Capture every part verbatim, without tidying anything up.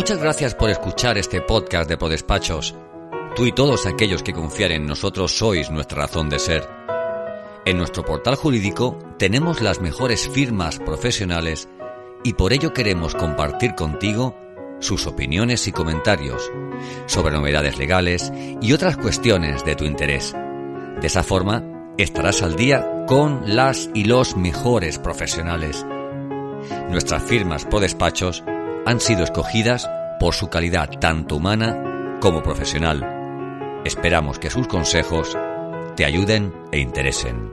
Muchas gracias por escuchar este podcast de Prodespachos. Tú y todos aquellos que confían en nosotros sois nuestra razón de ser. En nuestro portal jurídico tenemos las mejores firmas profesionales y por ello queremos compartir contigo sus opiniones y comentarios sobre novedades legales y otras cuestiones de tu interés. De esa forma, estarás al día con las y los mejores profesionales. Nuestras firmas Prodespachos han sido escogidas por su calidad tanto humana como profesional. Esperamos que sus consejos te ayuden e interesen.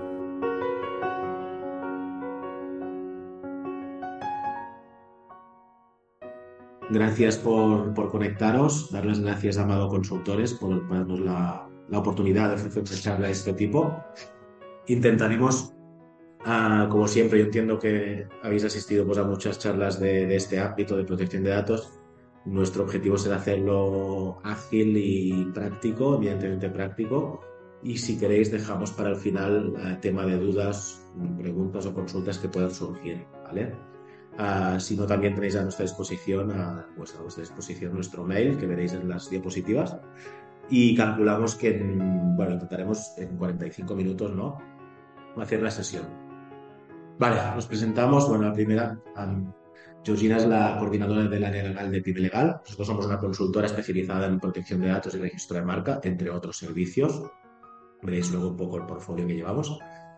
Gracias por, por conectaros, darles gracias a Amado Consultores por darnos la, la oportunidad de ofrecer una charla de este tipo. Intentaremos, uh, como siempre, yo entiendo que habéis asistido pues, a muchas charlas de, de este ámbito de protección de datos. Nuestro objetivo será hacerlo ágil y práctico, evidentemente práctico. Y si queréis, dejamos para el final el uh, tema de dudas, preguntas o consultas que puedan surgir, ¿vale? Uh, si no, también tenéis a nuestra disposición a, pues a vuestra disposición nuestro mail que veréis en las diapositivas y calculamos que en, bueno, intentaremos en cuarenta y cinco minutos, ¿no?, hacer la sesión. Vale, nos presentamos. Bueno, la primera, um, Georgina es la coordinadora del área legal de PYME Legal. Nosotros somos una consultora especializada en protección de datos y registro de marca, entre otros servicios. Veréis luego un poco el portfolio que llevamos.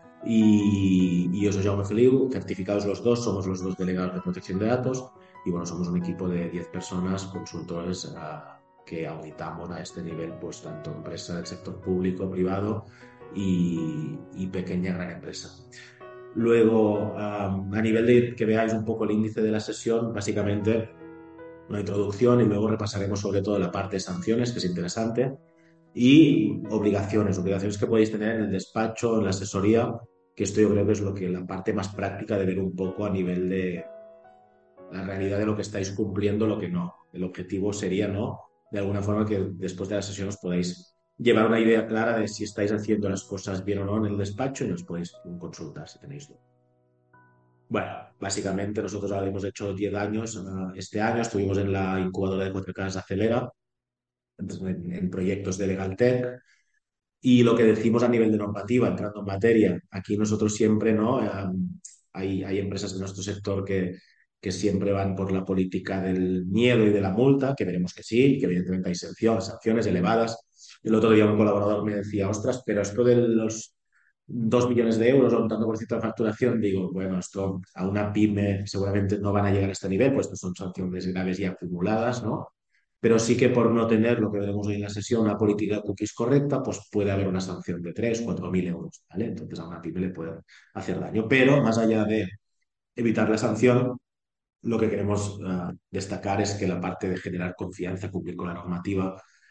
Y, y yo soy Jaume Feliu, certificados los dos, somos los dos delegados de protección de datos y bueno, somos un equipo de diez personas, consultores uh, que auditamos a este nivel, pues tanto empresas del sector público, privado y, y pequeña gran empresa. Luego, um, a nivel de que veáis un poco el índice de la sesión, básicamente una introducción y luego repasaremos sobre todo la parte de sanciones, que es interesante, y obligaciones, obligaciones que podéis tener en el despacho, en la asesoría, que esto yo creo que es lo que la parte más práctica de ver un poco a nivel de la realidad de lo que estáis cumpliendo, lo que no. El objetivo sería, ¿no?, de alguna forma que después de la sesión os podáis llevar una idea clara de si estáis haciendo las cosas bien o no en el despacho y nos podéis consultar si tenéis dudas. Bueno, básicamente nosotros ahora hemos hecho diez años. Este año estuvimos en la incubadora de cuatro K Acelera, en, en proyectos de LegalTech. Y lo que decimos a nivel de normativa, entrando en materia, aquí nosotros siempre, ¿no? Eh, hay, hay empresas de nuestro sector que, que siempre van por la política del miedo y de la multa, que veremos que sí, que evidentemente hay sanciones, sanciones elevadas. El otro día un colaborador me decía, ostras, pero esto de los dos millones de euros o un tanto por ciento de facturación, digo, bueno, esto a una pyme seguramente no van a llegar a este nivel, pues son sanciones graves y acumuladas, ¿no? Pero sí que por no tener, lo que veremos hoy en la sesión, una política de cookies correcta, pues puede haber una sanción de tres, cuatro mil euros, ¿vale? Entonces a una pyme le puede hacer daño. Pero más allá de evitar la sanción, lo que queremos uh, destacar es que la parte de generar confianza, cumplir con la normativa,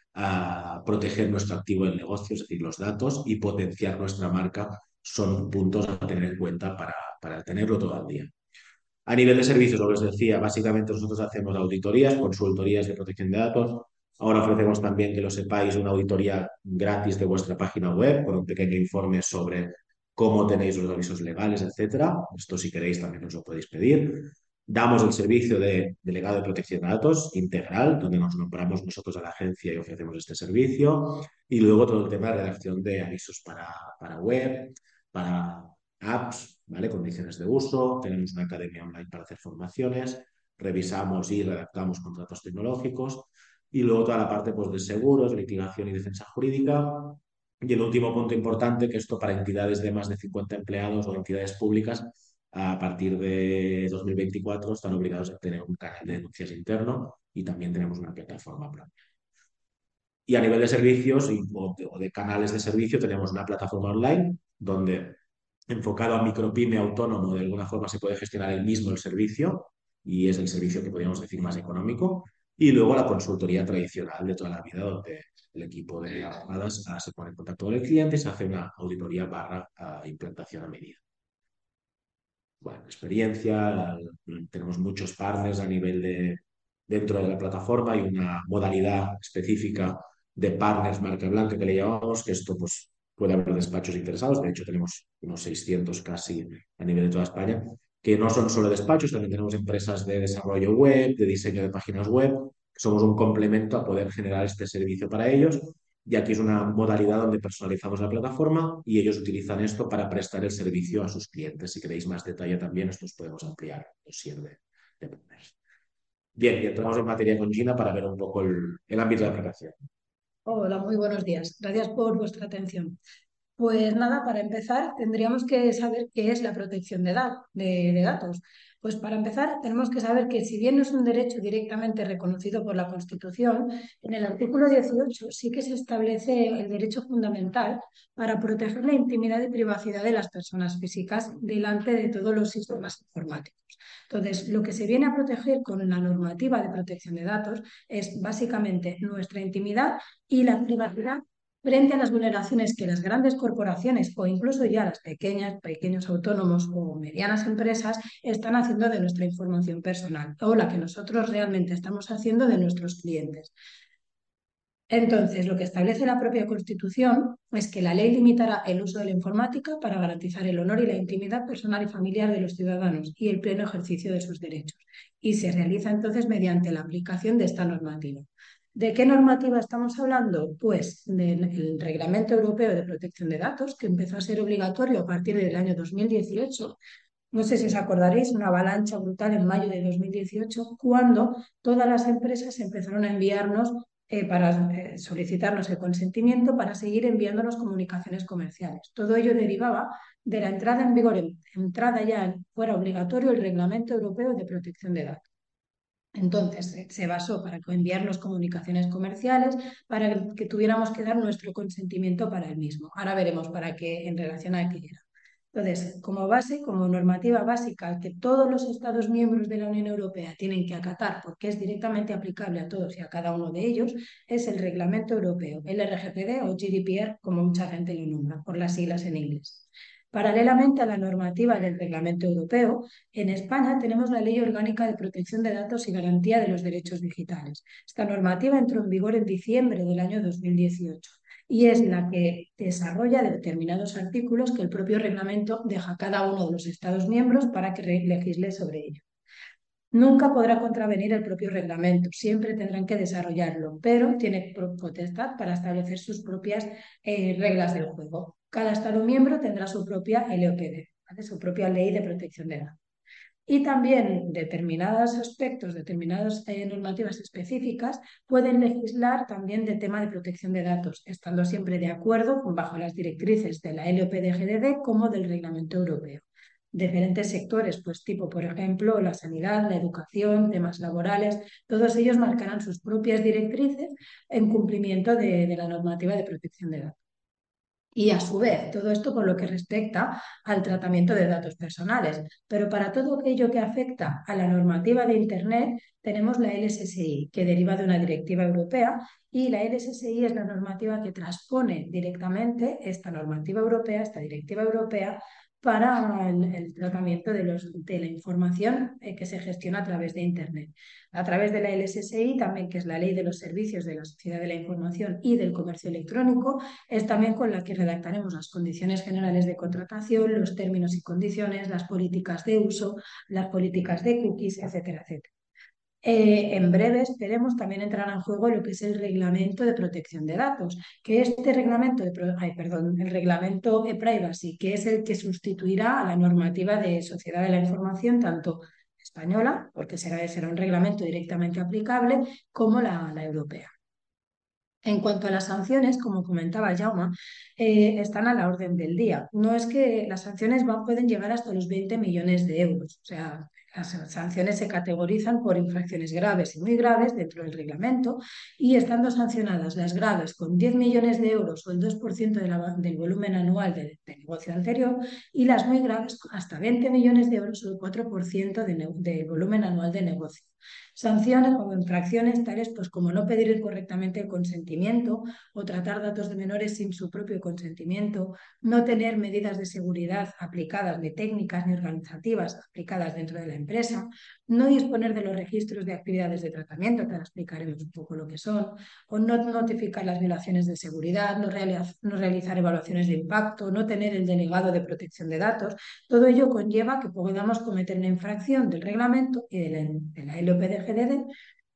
uh, proteger nuestro activo del negocio, es decir, los datos, y potenciar nuestra marca son puntos a tener en cuenta para, para tenerlo todo al día. A nivel de servicios, lo que os decía, básicamente nosotros hacemos auditorías, consultorías de protección de datos. Ahora ofrecemos también, que lo sepáis, una auditoría gratis de vuestra página web con un pequeño informe sobre cómo tenéis los avisos legales, etcétera. Esto, si queréis, también os lo podéis pedir. Damos el servicio de delegado de protección de datos integral, donde nos nombramos nosotros a la agencia y ofrecemos este servicio. Y luego todo el tema de redacción de avisos para, para web, para apps, ¿vale? Condiciones de uso. Tenemos una academia online para hacer formaciones. Revisamos y redactamos contratos tecnológicos. Y luego toda la parte, pues, de seguros, litigación y defensa jurídica. Y el último punto importante, que esto para entidades de más de cincuenta empleados o entidades públicas, a partir de dos mil veinticuatro están obligados a tener un canal de denuncias interno y también tenemos una plataforma propia. Y a nivel de servicios y, o, de, o de canales de servicio, tenemos una plataforma online donde, enfocado a micropyme autónomo, de alguna forma se puede gestionar el mismo el servicio y es el servicio que podríamos decir más económico. Y luego la consultoría tradicional de toda la vida, donde el equipo de abogadas se pone en contacto con el cliente y se hace una auditoría barra uh, implantación a medida. Bueno, experiencia, tenemos muchos partners a nivel de, dentro de la plataforma, hay una modalidad específica de partners marca blanca que le llamamos, que esto pues puede haber despachos interesados. De hecho tenemos unos seiscientos casi a nivel de toda España, que no son solo despachos, también tenemos empresas de desarrollo web, de diseño de páginas web, Somos un complemento a poder generar este servicio para ellos. Y aquí es una modalidad donde personalizamos la plataforma y ellos utilizan esto para prestar el servicio a sus clientes. Si queréis más detalle también, esto os podemos ampliar os sirve de partners. Bien, y entramos en materia con Gina para ver un poco el, el ámbito de aplicación. Hola, muy buenos días. Gracias por vuestra atención. Pues nada, para empezar tendríamos que saber qué es la protección de, da- de- de datos. Pues para empezar tenemos que saber que si bien no es un derecho directamente reconocido por la Constitución, en el artículo dieciocho sí que se establece el derecho fundamental para proteger la intimidad y privacidad de las personas físicas delante de todos los sistemas informáticos. Entonces, lo que se viene a proteger con la normativa de protección de datos es básicamente nuestra intimidad y la privacidad frente a las vulneraciones que las grandes corporaciones o incluso ya las pequeñas, pequeños autónomos o medianas empresas están haciendo de nuestra información personal o la que nosotros realmente estamos haciendo de nuestros clientes. Entonces, lo que establece la propia Constitución es que la ley limitará el uso de la informática para garantizar el honor y la intimidad personal y familiar de los ciudadanos y el pleno ejercicio de sus derechos. Y se realiza entonces mediante la aplicación de esta normativa. ¿De qué normativa estamos hablando? Pues del Reglamento Europeo de Protección de Datos, que empezó a ser obligatorio a partir del año dos mil dieciocho. No sé si os acordaréis, una avalancha brutal en mayo de dos mil dieciocho, cuando todas las empresas empezaron a enviarnos, eh, para eh, solicitarnos el consentimiento para seguir enviándonos comunicaciones comerciales. Todo ello derivaba de la entrada en vigor, en, entrada ya en, fuera obligatorio el Reglamento Europeo de Protección de Datos. Entonces, eh, se basó para enviarnos comunicaciones comerciales, para que tuviéramos que dar nuestro consentimiento para el mismo. Ahora veremos para qué en relación a qué era. Entonces, como base, como normativa básica que todos los Estados miembros de la Unión Europea tienen que acatar porque es directamente aplicable a todos y a cada uno de ellos, es el Reglamento Europeo, el R G P D o G D P R, como mucha gente lo nombra, por las siglas en inglés. Paralelamente a la normativa del Reglamento Europeo, en España tenemos la Ley Orgánica de Protección de Datos y Garantía de los Derechos Digitales. Esta normativa entró en vigor en diciembre del año dos mil dieciocho y es la que desarrolla determinados artículos que el propio reglamento deja a cada uno de los Estados miembros para que legisle sobre ello. Nunca podrá contravenir el propio reglamento, siempre tendrán que desarrollarlo, pero tiene potestad para establecer sus propias eh, reglas del juego. Cada Estado miembro tendrá su propia L O P D, ¿vale? Su propia ley de protección de datos. Y también determinados aspectos, determinadas eh, normativas específicas pueden legislar también de tema de protección de datos, estando siempre de acuerdo bajo las directrices de la L O P D G D D como del Reglamento Europeo. Diferentes sectores, pues tipo, por ejemplo, la sanidad, la educación, temas laborales, todos ellos marcarán sus propias directrices en cumplimiento de, de la normativa de protección de datos. Y a su vez, todo esto por lo que respecta al tratamiento de datos personales. Pero para todo aquello que afecta a la normativa de Internet, tenemos la L S S I, que deriva de una directiva europea, y la L S S I es la normativa que transpone directamente esta normativa europea, esta directiva europea, para el, el tratamiento de, los, de la información eh, que se gestiona a través de Internet. A través de la L S S I, también, que es la Ley de los Servicios de la Sociedad de la Información y del Comercio Electrónico, es también con la que redactaremos las condiciones generales de contratación, los términos y condiciones, las políticas de uso, las políticas de cookies, etcétera, etcétera. Eh, en breve esperemos también entrar en juego lo que es el reglamento de protección de datos, que este reglamento de, ay, perdón, el reglamento de privacy, que es el que sustituirá a la normativa de sociedad de la información, tanto española, porque será, será un reglamento directamente aplicable, como la, la europea. En cuanto a las sanciones, como comentaba Jaume, eh, están a la orden del día. No es que las sanciones van, pueden llegar hasta los veinte millones de euros. O sea, las sanciones se categorizan por infracciones graves y muy graves dentro del reglamento, y estando sancionadas las graves con diez millones de euros o el dos por ciento de la, del volumen anual del de negocio anterior, y las muy graves hasta veinte millones de euros o el cuatro por ciento del de volumen anual de negocio. Sanciones o infracciones tales pues, como no pedir correctamente el consentimiento o tratar datos de menores sin su propio consentimiento, no tener medidas de seguridad aplicadas, ni técnicas ni organizativas aplicadas dentro de la empresa, no disponer de los registros de actividades de tratamiento, que ahora explicaremos un poco lo que son, o no notificar las violaciones de seguridad, no, realiz no realizar evaluaciones de impacto, no tener el delegado de protección de datos. Todo ello conlleva que podamos cometer una infracción del reglamento y de la, de la L O P D G D D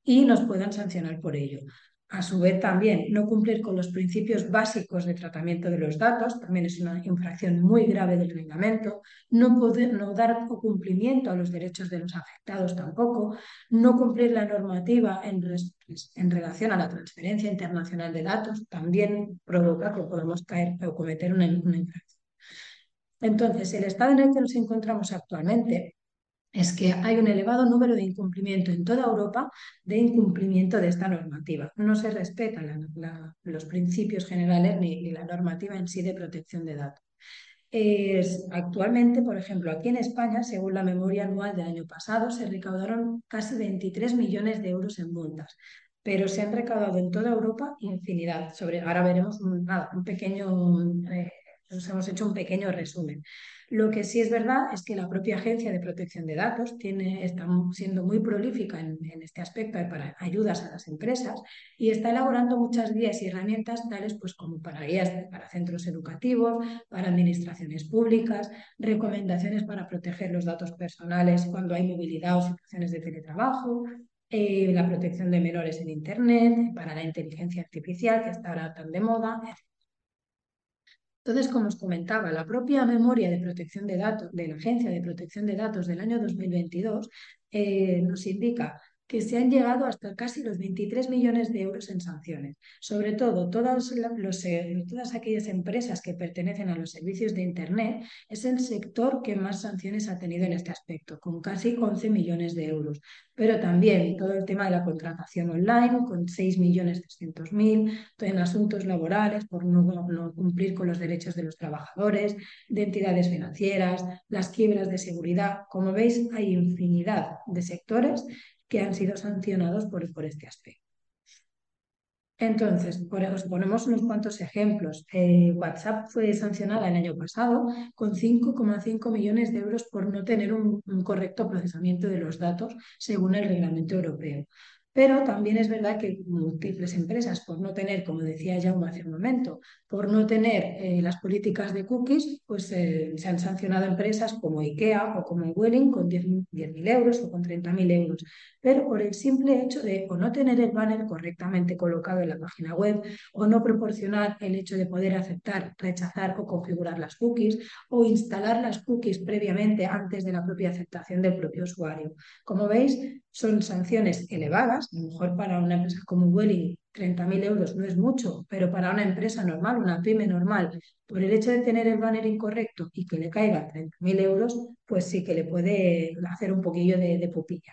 y nos puedan sancionar por ello. A su vez, también no cumplir con los principios básicos de tratamiento de los datos, también es una infracción muy grave del reglamento. No, poder, no dar cumplimiento a los derechos de los afectados tampoco. No cumplir la normativa en, en relación a la transferencia internacional de datos también provoca que podamos caer o cometer una, una infracción. Entonces, el estado en el que nos encontramos actualmente es que hay un elevado número de incumplimiento en toda Europa de incumplimiento de esta normativa. No se respetan la, la, los principios generales ni, ni la normativa en sí de protección de datos. Es, actualmente, por ejemplo, aquí en España, según la memoria anual del año pasado, se recaudaron casi veintitrés millones de euros en multas, pero se han recaudado en toda Europa infinidad. Sobre, ahora veremos un, nada, un pequeño... Eh, nos hemos hecho un pequeño resumen. Lo que sí es verdad es que la propia Agencia de Protección de Datos tiene, está siendo muy prolífica en, en este aspecto para ayudas a las empresas y está elaborando muchas guías y herramientas tales pues, como para guías para centros educativos, para administraciones públicas, recomendaciones para proteger los datos personales cuando hay movilidad o situaciones de teletrabajo, eh, la protección de menores en Internet, para la inteligencia artificial que está ahora tan de moda. Entonces, como os comentaba, la propia memoria de protección de datos de la Agencia de Protección de Datos del año dos mil veintidós eh, nos indica que se han llegado hasta casi los veintitrés millones de euros en sanciones. Sobre todo, todas, los, todas aquellas empresas que pertenecen a los servicios de Internet es el sector que más sanciones ha tenido en este aspecto, con casi once millones de euros. Pero también todo el tema de la contratación online, con seis millones trescientos mil, en asuntos laborales, por no, no cumplir con los derechos de los trabajadores, de entidades financieras, las quiebras de seguridad. Como veis, hay infinidad de sectores que han sido sancionados por, por este aspecto. Entonces, por, os ponemos unos cuantos ejemplos. Eh, WhatsApp fue sancionada el año pasado con cinco coma cinco millones de euros por no tener un, un correcto procesamiento de los datos según el reglamento europeo. Pero también es verdad que múltiples empresas, por no tener, como decía Jaume hace un momento, por no tener eh, las políticas de cookies, pues eh, se han sancionado empresas como IKEA o como Vueling con diez mil euros o con treinta mil euros. Pero por el simple hecho de o no tener el banner correctamente colocado en la página web o no proporcionar el hecho de poder aceptar, rechazar o configurar las cookies o instalar las cookies previamente antes de la propia aceptación del propio usuario. Como veis, son sanciones elevadas. A lo mejor para una empresa como Vueling treinta mil euros no es mucho, pero para una empresa normal, una pyme normal, por el hecho de tener el banner incorrecto y que le caiga treinta mil euros, pues sí que le puede hacer un poquillo de, de pupilla.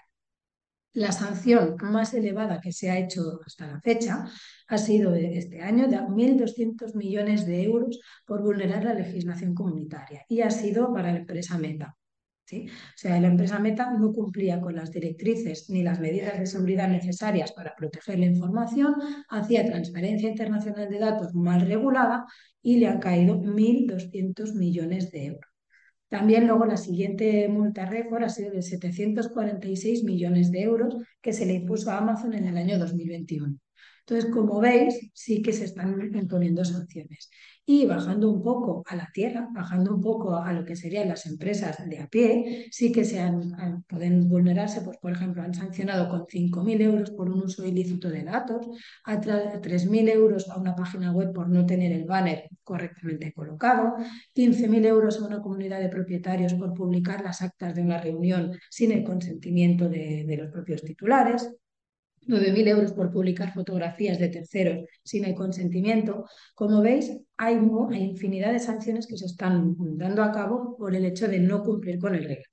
La sanción más elevada que se ha hecho hasta la fecha ha sido este año de mil doscientos millones de euros por vulnerar la legislación comunitaria y ha sido para la empresa Meta. ¿Sí? O sea, la empresa Meta no cumplía con las directrices ni las medidas de seguridad necesarias para proteger la información, hacía transferencia internacional de datos mal regulada y le han caído mil doscientos millones de euros. También luego la siguiente multa récord ha sido de setecientos cuarenta y seis millones de euros que se le impuso a Amazon en el año dos mil veintiuno. Entonces, como veis, sí que se están imponiendo sanciones. Y bajando un poco a la tierra, bajando un poco a lo que serían las empresas de a pie, sí que se han, pueden vulnerarse, pues, por ejemplo, han sancionado con cinco mil euros por un uso ilícito de datos, a tres mil euros a una página web por no tener el banner correctamente colocado, quince mil euros a una comunidad de propietarios por publicar las actas de una reunión sin el consentimiento de, de los propios titulares, nueve mil euros por publicar fotografías de terceros sin el consentimiento. Como veis, hay, hay infinidad de sanciones que se están dando a cabo por el hecho de no cumplir con el reglamento.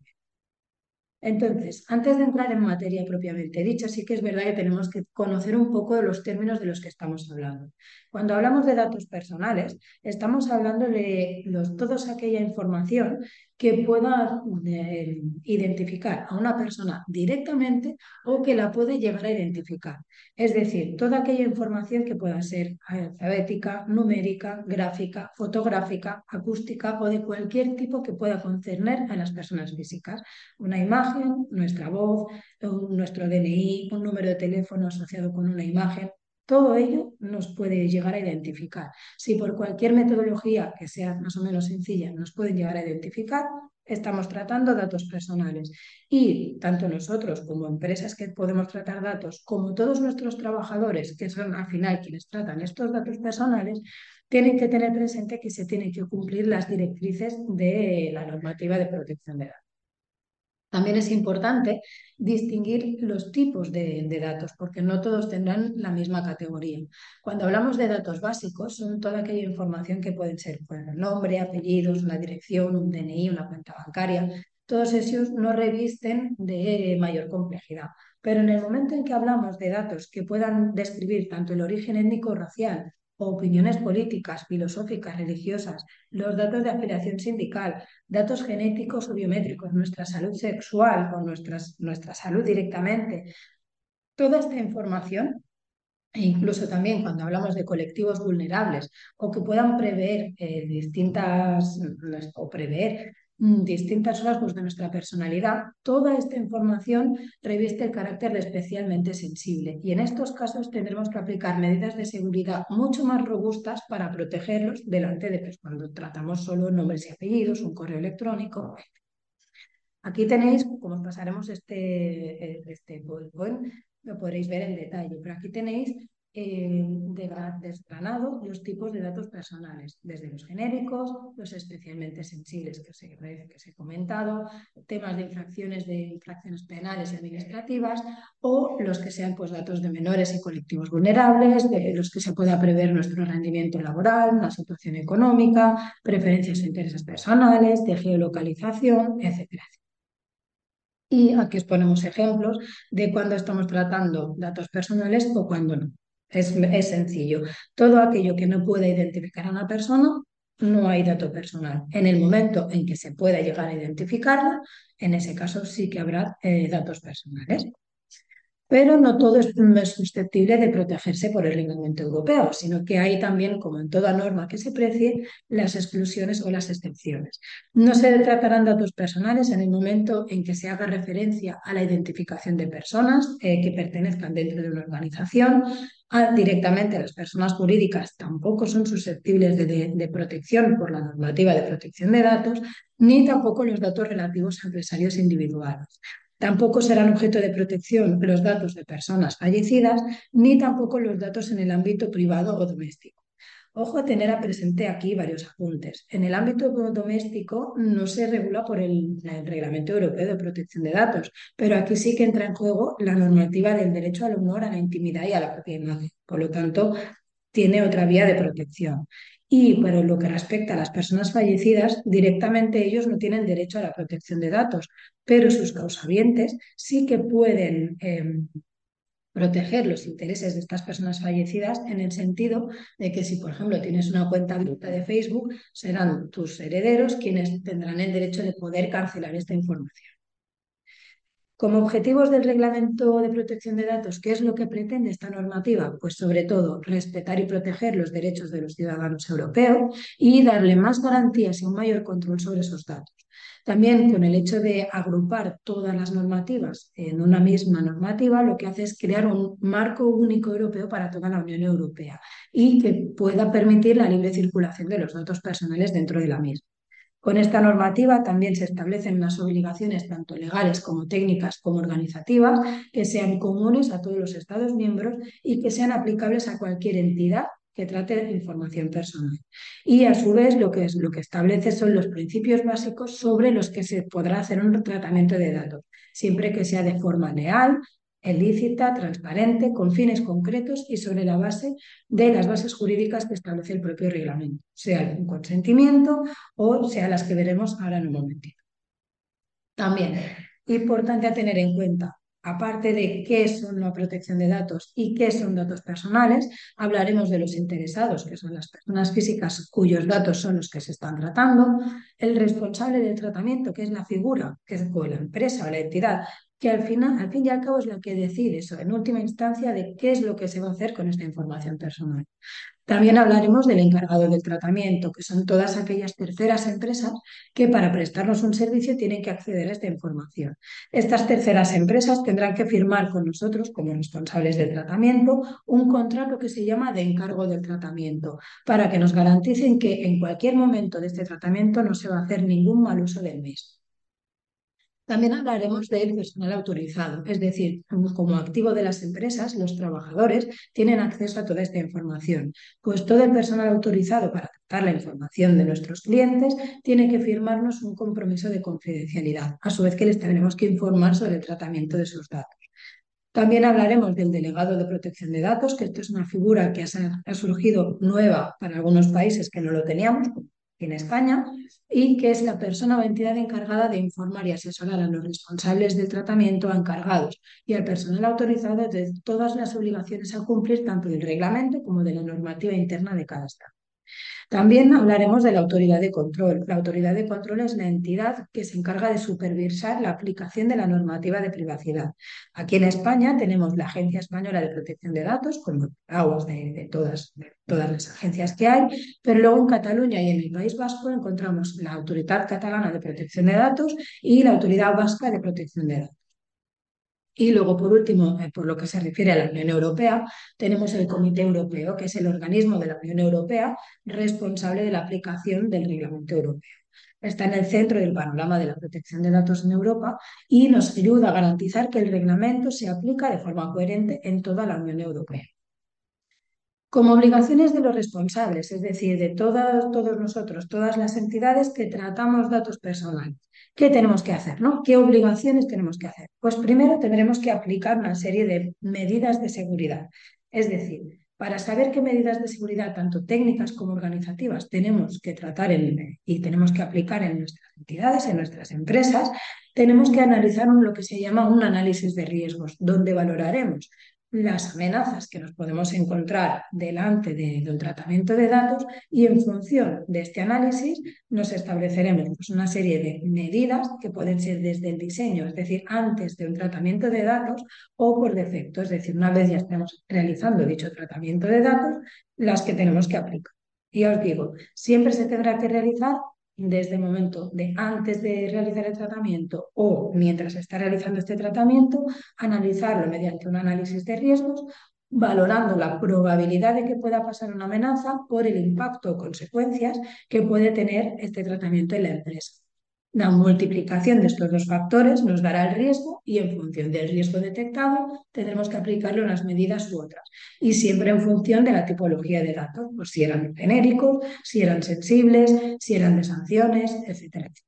Entonces, antes de entrar en materia propiamente dicha, sí que es verdad que tenemos que conocer un poco de los términos de los que estamos hablando. Cuando hablamos de datos personales, estamos hablando de los, toda aquella información que pueda eh, identificar a una persona directamente o que la puede llegar a identificar. Es decir, toda aquella información que pueda ser alfabética, numérica, gráfica, fotográfica, acústica o de cualquier tipo que pueda concerner a las personas físicas. Una imagen, nuestra voz, un, nuestro D N I, un número de teléfono asociado con una imagen. Todo ello nos puede llegar a identificar. Si por cualquier metodología que sea más o menos sencilla nos pueden llegar a identificar, estamos tratando datos personales. Y tanto nosotros como empresas que podemos tratar datos, como todos nuestros trabajadores, que son al final quienes tratan estos datos personales, tienen que tener presente que se tienen que cumplir las directrices de la normativa de protección de datos. También es importante distinguir los tipos de, de datos, porque no todos tendrán la misma categoría. Cuando hablamos de datos básicos, son toda aquella información que pueden ser pues, nombre, apellidos, una dirección, un D N I, una cuenta bancaria. Todos esos no revisten de mayor complejidad. Pero en el momento en que hablamos de datos que puedan describir tanto el origen étnico-racial, o opiniones políticas, filosóficas, religiosas, los datos de afiliación sindical, datos genéticos o biométricos, nuestra salud sexual o nuestras, nuestra salud directamente, toda esta información, e incluso también cuando hablamos de colectivos vulnerables o que puedan prever eh, distintas o prever mm, distintos rasgos de nuestra personalidad, toda esta información reviste el carácter de especialmente sensible y en estos casos tendremos que aplicar medidas de seguridad mucho más robustas para protegerlos delante de pues, cuando tratamos solo nombres y apellidos, un correo electrónico. Aquí tenéis, como os pasaremos este, este PowerPoint, lo podréis ver en detalle, pero aquí tenéis eh, desgranado los tipos de datos personales, desde los genéricos, los especialmente sensibles que os he, que os he comentado, temas de infracciones de infracciones penales y administrativas, o los que sean pues, datos de menores y colectivos vulnerables, de los que se pueda prever nuestro rendimiento laboral, la situación económica, preferencias o intereses personales, de geolocalización, etcétera. Y aquí os ponemos ejemplos de cuando estamos tratando datos personales o cuando no. Es, es sencillo. Todo aquello que no pueda identificar a una persona, no hay dato personal. En el momento en que se pueda llegar a identificarla, en ese caso sí que habrá eh, datos personales. Pero no todo es susceptible de protegerse por el reglamento europeo, sino que hay también, como en toda norma que se precie, las exclusiones o las excepciones. No se tratarán datos personales en el momento en que se haga referencia a la identificación de personas eh, que pertenezcan dentro de una organización. A, directamente las personas jurídicas tampoco son susceptibles de, de, de protección por la normativa de protección de datos, ni tampoco los datos relativos a empresarios individuales. Tampoco serán objeto de protección los datos de personas fallecidas, ni tampoco los datos en el ámbito privado o doméstico. Ojo a tener a presente aquí varios apuntes. En el ámbito doméstico no se regula por el, el Reglamento Europeo de Protección de Datos, pero aquí sí que entra en juego la normativa del derecho al honor, a la intimidad y a la propia imagen. Por lo tanto, tiene otra vía de protección. Y por lo que respecta a las personas fallecidas, directamente ellos no tienen derecho a la protección de datos, pero sus causavientes sí que pueden eh, proteger los intereses de estas personas fallecidas en el sentido de que si, por ejemplo, tienes una cuenta abierta de Facebook, serán tus herederos quienes tendrán el derecho de poder cancelar esta información. Como objetivos del Reglamento de Protección de Datos, ¿qué es lo que pretende esta normativa? Pues sobre todo respetar y proteger los derechos de los ciudadanos europeos y darle más garantías y un mayor control sobre esos datos. También con el hecho de agrupar todas las normativas en una misma normativa, lo que hace es crear un marco único europeo para toda la Unión Europea y que pueda permitir la libre circulación de los datos personales dentro de la misma. Con esta normativa también se establecen unas obligaciones tanto legales como técnicas como organizativas que sean comunes a todos los Estados miembros y que sean aplicables a cualquier entidad que trate de información personal. Y a su vez lo que, es, lo que establece son los principios básicos sobre los que se podrá hacer un tratamiento de datos, siempre que sea de forma leal, ilícita, transparente, con fines concretos y sobre la base de las bases jurídicas que establece el propio reglamento, sea un consentimiento o sea las que veremos ahora en un momentito. También, importante a tener en cuenta, aparte de qué son la protección de datos y qué son datos personales, hablaremos de los interesados, que son las personas físicas cuyos datos son los que se están tratando, el responsable del tratamiento, que es la figura, que es la empresa o la entidad, que al, final, al fin y al cabo es la que decide eso, en última instancia, de qué es lo que se va a hacer con esta información personal. También hablaremos del encargado del tratamiento, que son todas aquellas terceras empresas que para prestarnos un servicio tienen que acceder a esta información. Estas terceras empresas tendrán que firmar con nosotros, como responsables del tratamiento, un contrato que se llama de encargo del tratamiento, para que nos garanticen que en cualquier momento de este tratamiento no se va a hacer ningún mal uso del mismo. También hablaremos del personal autorizado, es decir, como activo de las empresas, los trabajadores tienen acceso a toda esta información, pues todo el personal autorizado para tratar la información de nuestros clientes tiene que firmarnos un compromiso de confidencialidad, a su vez que les tendremos que informar sobre el tratamiento de sus datos. También hablaremos del delegado de protección de datos, que esto es una figura que ha surgido nueva para algunos países que no lo teníamos, en España, y que es la persona o entidad encargada de informar y asesorar a los responsables del tratamiento, a encargados y al personal autorizado de todas las obligaciones a cumplir, tanto del reglamento como de la normativa interna de cada estado. También hablaremos de la autoridad de control. La autoridad de control es la entidad que se encarga de supervisar la aplicación de la normativa de privacidad. Aquí en España tenemos la Agencia Española de Protección de Datos, como aguas de, de, todas, de todas las agencias que hay, pero luego en Cataluña y en el País Vasco encontramos la Autoridad Catalana de Protección de Datos y la Autoridad Vasca de Protección de Datos. Y luego, por último, eh, por lo que se refiere a la Unión Europea, tenemos el Comité Europeo, que es el organismo de la Unión Europea responsable de la aplicación del Reglamento Europeo. Está en el centro del panorama de la protección de datos en Europa y nos ayuda a garantizar que el reglamento se aplica de forma coherente en toda la Unión Europea. Como obligaciones de los responsables, es decir, de todas, todos nosotros, todas las entidades que tratamos datos personales. ¿Qué tenemos que hacer? ¿No? ¿Qué obligaciones tenemos que hacer? Pues primero tendremos que aplicar una serie de medidas de seguridad. Es decir, para saber qué medidas de seguridad, tanto técnicas como organizativas, tenemos que tratar en, y tenemos que aplicar en nuestras entidades, en nuestras empresas, tenemos que analizar lo que se llama un análisis de riesgos, donde valoraremos las amenazas que nos podemos encontrar delante de, de un tratamiento de datos y en función de este análisis nos estableceremos pues, una serie de medidas que pueden ser desde el diseño, es decir, antes de un tratamiento de datos o por defecto, es decir, una vez ya estemos realizando dicho tratamiento de datos, las que tenemos que aplicar. Y os digo, siempre se tendrá que realizar desde el momento de antes de realizar el tratamiento o mientras se está realizando este tratamiento, analizarlo mediante un análisis de riesgos, valorando la probabilidad de que pueda pasar una amenaza por el impacto o consecuencias que puede tener este tratamiento en la empresa. La multiplicación de estos dos factores nos dará el riesgo y en función del riesgo detectado tendremos que aplicarle unas medidas u otras. Y siempre en función de la tipología de datos, pues si eran genéricos, si eran sensibles, si eran de sanciones, etcétera, etcétera.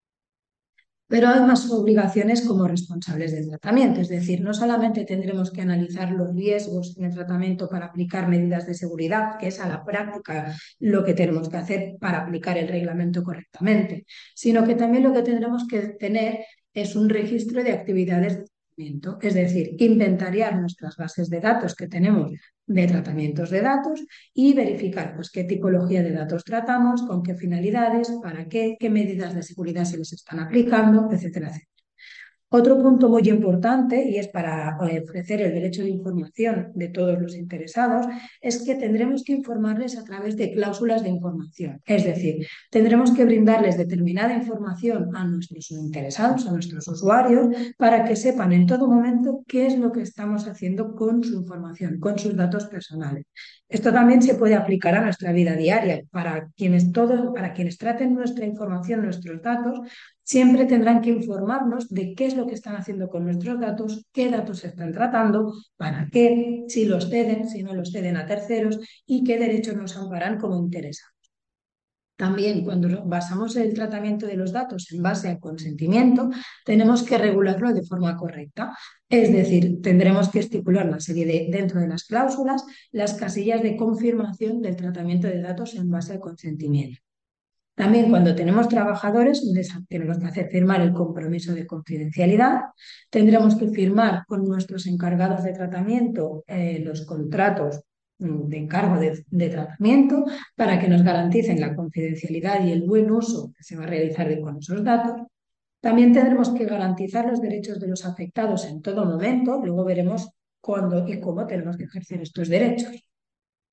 Pero hay más obligaciones como responsables del tratamiento, es decir, no solamente tendremos que analizar los riesgos en el tratamiento para aplicar medidas de seguridad, que es a la práctica lo que tenemos que hacer para aplicar el reglamento correctamente, sino que también lo que tendremos que tener es un registro de actividades de tratamiento, es decir, inventariar nuestras bases de datos que tenemos de tratamientos de datos y verificar pues, qué tipología de datos tratamos, con qué finalidades, para qué, qué medidas de seguridad se les están aplicando, etcétera, etcétera. Otro punto muy importante, y es para ofrecer el derecho de información de todos los interesados, es que tendremos que informarles a través de cláusulas de información. Es decir, tendremos que brindarles determinada información a nuestros interesados, a nuestros usuarios, para que sepan en todo momento qué es lo que estamos haciendo con su información, con sus datos personales. Esto también se puede aplicar a nuestra vida diaria. Para quienes, todos, para quienes traten nuestra información, nuestros datos, siempre tendrán que informarnos de qué es lo que están haciendo con nuestros datos, qué datos se están tratando, para qué, si los ceden, si no los ceden a terceros y qué derechos nos amparan como interesados. También cuando basamos el tratamiento de los datos en base al consentimiento, tenemos que regularlo de forma correcta. Es decir, tendremos que estipular una serie de, dentro de las cláusulas, las casillas de confirmación del tratamiento de datos en base al consentimiento. También cuando tenemos trabajadores, tenemos que hacer firmar el compromiso de confidencialidad, tendremos que firmar con nuestros encargados de tratamiento eh, los contratos de encargo de, de tratamiento para que nos garanticen la confidencialidad y el buen uso que se va a realizar de con esos datos. También tendremos que garantizar los derechos de los afectados en todo momento, luego veremos cuándo y cómo tenemos que ejercer estos derechos.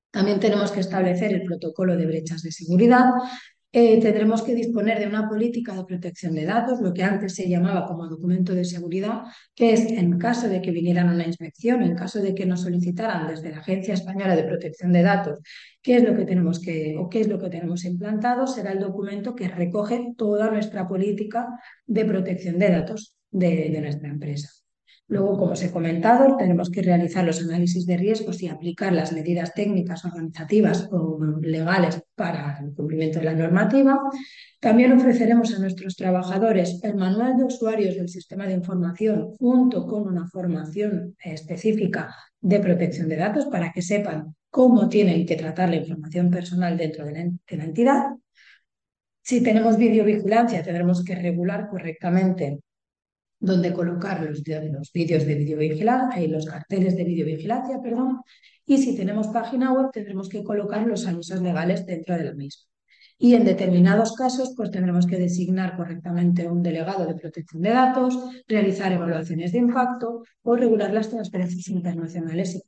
También tenemos que establecer el protocolo de brechas de seguridad. Eh, tendremos que disponer de una política de protección de datos, lo que antes se llamaba como documento de seguridad, que es en caso de que vinieran a una inspección, en caso de que nos solicitaran desde la Agencia Española de Protección de Datos qué es lo que tenemos que, o qué es lo que tenemos implantado, será el documento que recoge toda nuestra política de protección de datos de, de nuestra empresa. Luego, como os he comentado, tenemos que realizar los análisis de riesgos y aplicar las medidas técnicas, organizativas o legales para el cumplimiento de la normativa. También ofreceremos a nuestros trabajadores el manual de usuarios del sistema de información junto con una formación específica de protección de datos para que sepan cómo tienen que tratar la información personal dentro de la, de la entidad. Si tenemos videovigilancia, tendremos que regular correctamente donde colocar los, los vídeos de videovigilancia y los carteles de videovigilancia, perdón, y si tenemos página web tendremos que colocar los avisos legales dentro de la misma. Y en determinados casos pues tendremos que designar correctamente un delegado de protección de datos, realizar evaluaciones de impacto o regular las transferencias internacionales.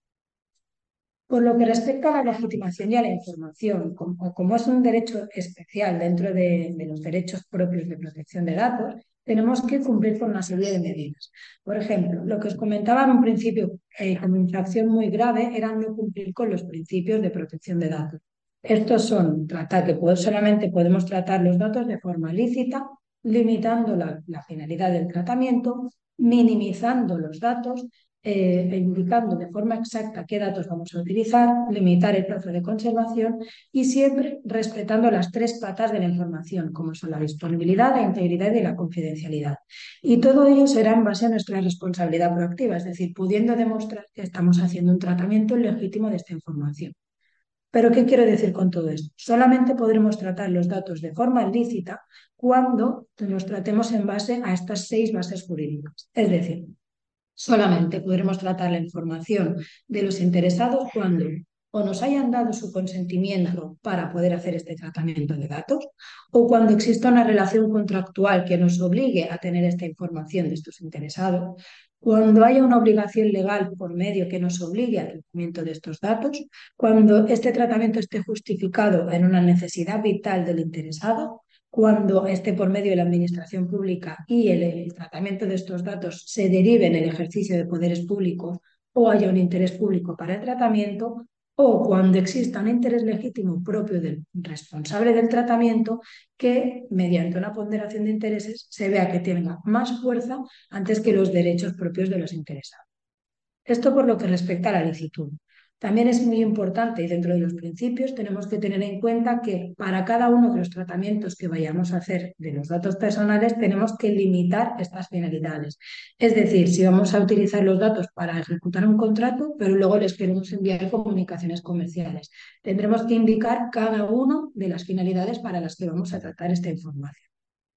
Por lo que respecta a la legitimación y a la información, como, como es un derecho especial dentro de, de los derechos propios de protección de datos, tenemos que cumplir con una serie de medidas. Por ejemplo, lo que os comentaba en un principio eh, como infracción muy grave era no cumplir con los principios de protección de datos. Estos son tratar que solamente podemos tratar los datos de forma lícita, limitando la, la finalidad del tratamiento, minimizando los datos, eh, indicando de forma exacta qué datos vamos a utilizar, limitar el plazo de conservación y siempre respetando las tres patas de la información, como son la disponibilidad, la integridad y la confidencialidad. Y todo ello será en base a nuestra responsabilidad proactiva, es decir, pudiendo demostrar que estamos haciendo un tratamiento legítimo de esta información. ¿Pero qué quiero decir con todo esto? Solamente podremos tratar los datos de forma lícita cuando los tratemos en base a estas seis bases jurídicas. Es decir, solamente podremos tratar la información de los interesados cuando o nos hayan dado su consentimiento para poder hacer este tratamiento de datos o cuando exista una relación contractual que nos obligue a tener esta información de estos interesados, cuando haya una obligación legal por medio que nos obligue al tratamiento de estos datos, cuando este tratamiento esté justificado en una necesidad vital del interesado, cuando esté por medio de la administración pública y el, el tratamiento de estos datos se derive en el ejercicio de poderes públicos o haya un interés público para el tratamiento, o cuando exista un interés legítimo propio del responsable del tratamiento que, mediante una ponderación de intereses, se vea que tenga más fuerza antes que los derechos propios de los interesados. Esto por lo que respecta a la licitud. También es muy importante y dentro de los principios tenemos que tener en cuenta que para cada uno de los tratamientos que vayamos a hacer de los datos personales tenemos que limitar estas finalidades. Es decir, si vamos a utilizar los datos para ejecutar un contrato, pero luego les queremos enviar comunicaciones comerciales, tendremos que indicar cada una de las finalidades para las que vamos a tratar esta información.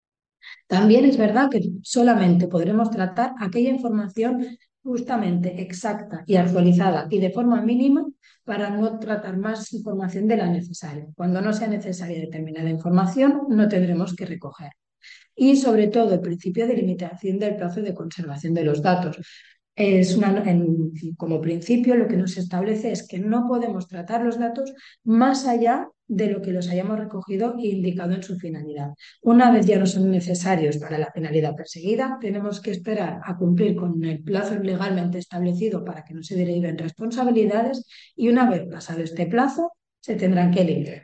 También es verdad que solamente podremos tratar aquella información justamente exacta y actualizada y de forma mínima para no tratar más información de la necesaria. Cuando no sea necesaria determinada información, no tendremos que recoger. Y sobre todo el principio de limitación del plazo de conservación de los datos. Es una, en, como principio lo que nos establece es que no podemos tratar los datos más allá de lo que los hayamos recogido e indicado en su finalidad. Una vez ya no son necesarios para la finalidad perseguida, tenemos que esperar a cumplir con el plazo legalmente establecido para que no se deriven responsabilidades y una vez pasado este plazo se tendrán que eliminar.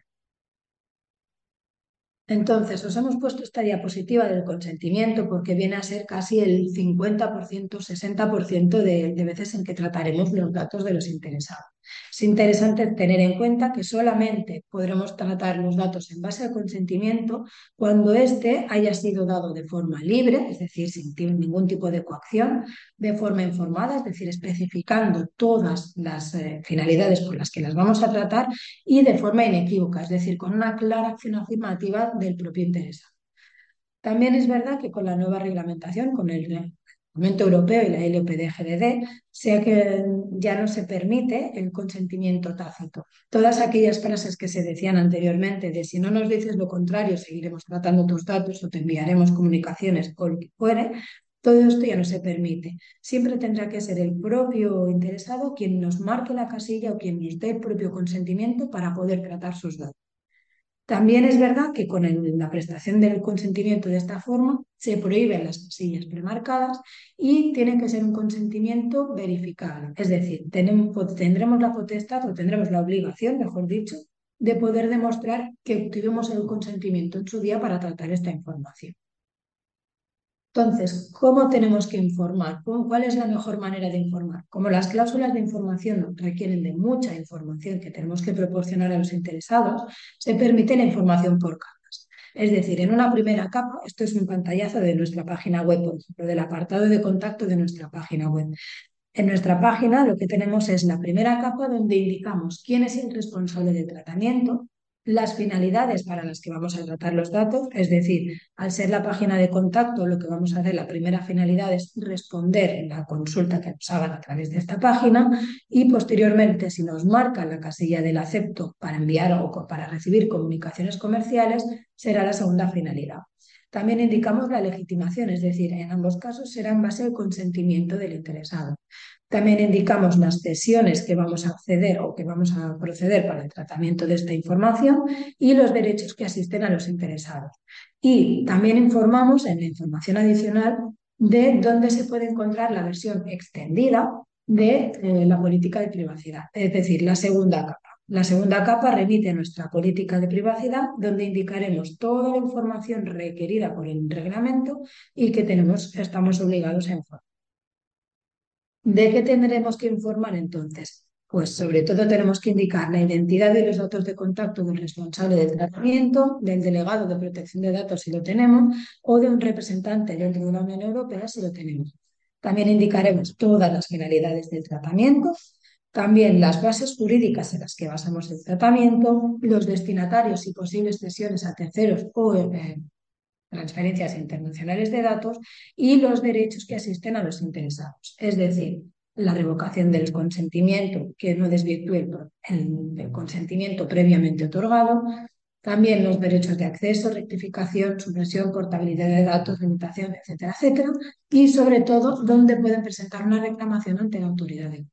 Entonces, os hemos puesto esta diapositiva del consentimiento porque viene a ser casi el cincuenta por ciento, sesenta por ciento de, de veces en que trataremos los datos de los interesados. Es interesante tener en cuenta que solamente podremos tratar los datos en base al consentimiento cuando éste haya sido dado de forma libre, es decir, sin ningún tipo de coacción, de forma informada, es decir, especificando todas las eh, finalidades por las que las vamos a tratar y de forma inequívoca, es decir, con una clara acción afirmativa del propio interesado. También es verdad que con la nueva reglamentación, con el Reglamento Europeo y la L P D G D D, sea que ya no se permite el consentimiento tácito. Todas aquellas frases que se decían anteriormente de si no nos dices lo contrario, seguiremos tratando tus datos o te enviaremos comunicaciones o lo que fuere, Todo esto ya no se permite. Siempre tendrá que ser el propio interesado quien nos marque la casilla o quien nos dé el propio consentimiento para poder tratar sus datos. También es verdad que con el- la prestación del consentimiento de esta forma se prohíben las casillas premarcadas y tiene que ser un consentimiento verificado. Es decir, tenemos, tendremos la potestad o tendremos la obligación, mejor dicho, de poder demostrar que obtuvimos el consentimiento en su día para tratar esta información. Entonces, ¿cómo tenemos que informar? ¿Cuál es la mejor manera de informar? Como las cláusulas de información requieren de mucha información que tenemos que proporcionar a los interesados, se permite la información por capas. Es decir, en una primera capa, esto es un pantallazo de nuestra página web, por ejemplo, del apartado de contacto de nuestra página web. En nuestra página lo que tenemos es la primera capa donde indicamos quién es el responsable del tratamiento, las finalidades para las que vamos a tratar los datos, es decir, al ser la página de contacto, lo que vamos a hacer, la primera finalidad es responder la consulta que nos hagan a través de esta página y posteriormente, si nos marca la casilla del acepto para enviar o para recibir comunicaciones comerciales, será la segunda finalidad. También indicamos la legitimación, es decir, en ambos casos será en base al consentimiento del interesado. También indicamos las sesiones que vamos a acceder o que vamos a proceder para el tratamiento de esta información y los derechos que asisten a los interesados. Y también informamos en la información adicional de dónde se puede encontrar la versión extendida de eh, la política de privacidad, es decir, la segunda capa. La segunda capa remite a nuestra política de privacidad, donde indicaremos toda la información requerida por el reglamento y que tenemos, estamos obligados a informar. ¿De qué tendremos que informar entonces? Pues sobre todo tenemos que indicar la identidad y los datos de contacto del responsable del tratamiento, del delegado de protección de datos si lo tenemos, o de un representante dentro de la Unión Europea si lo tenemos. También indicaremos todas las finalidades del tratamiento, también las bases jurídicas en las que basamos el tratamiento, los destinatarios y posibles cesiones a terceros o eh, transferencias internacionales de datos y los derechos que asisten a los interesados, es decir, la revocación del consentimiento que no desvirtúe el, el consentimiento previamente otorgado, también los derechos de acceso, rectificación, supresión, portabilidad de datos, limitación, etcétera, etcétera, y sobre todo dónde pueden presentar una reclamación ante la autoridad de.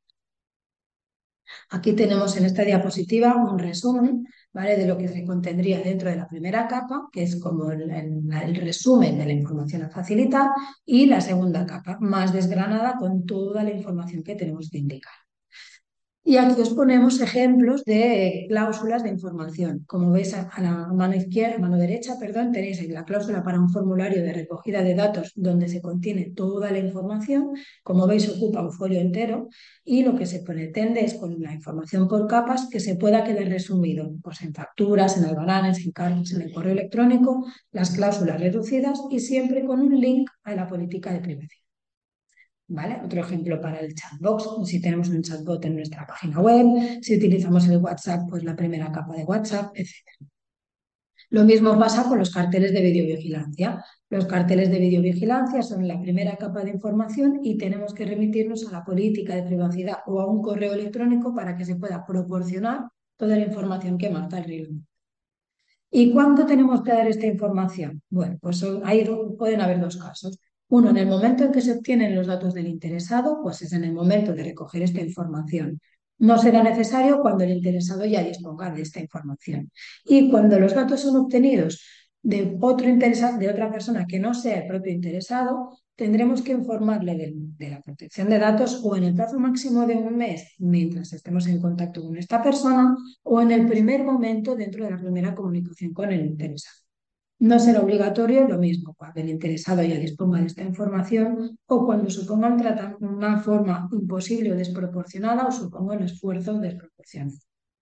Aquí tenemos en esta diapositiva un resumen, ¿vale?, de lo que se contendría dentro de la primera capa, que es como el, el, el resumen de la información a facilitar, y la segunda capa, más desgranada con toda la información que tenemos que indicar. Y aquí os ponemos ejemplos de cláusulas de información. Como veis a la mano izquierda, mano derecha, perdón, tenéis la cláusula para un formulario de recogida de datos donde se contiene toda la información. Como veis, ocupa un folio entero y lo que se pretende es con la información por capas que se pueda quedar resumido pues, en facturas, en albaranes, en cartas, en el correo electrónico, las cláusulas reducidas y siempre con un link a la política de privacidad. ¿Vale? Otro ejemplo para el chatbox, si tenemos un chatbot en nuestra página web, si utilizamos el WhatsApp, pues la primera capa de WhatsApp, etcétera. Lo mismo pasa con los carteles de videovigilancia. Los carteles de videovigilancia son la primera capa de información y tenemos que remitirnos a la política de privacidad o a un correo electrónico para que se pueda proporcionar toda la información que marca el reglamento. ¿Y cuándo tenemos que dar esta información? Bueno, pues ahí pueden haber dos casos. Uno, en el momento en que se obtienen los datos del interesado, pues es en el momento de recoger esta información. No será necesario cuando el interesado ya disponga de esta información. Y cuando los datos son obtenidos de otro interesado, de otra persona que no sea el propio interesado, tendremos que informarle de, de la protección de datos o en el plazo máximo de un mes mientras estemos en contacto con esta persona o en el primer momento dentro de la primera comunicación con el interesado. No será obligatorio lo mismo cuando el interesado ya disponga de esta información o cuando suponga un tratamiento, una forma imposible o desproporcionada o suponga un esfuerzo desproporcionado.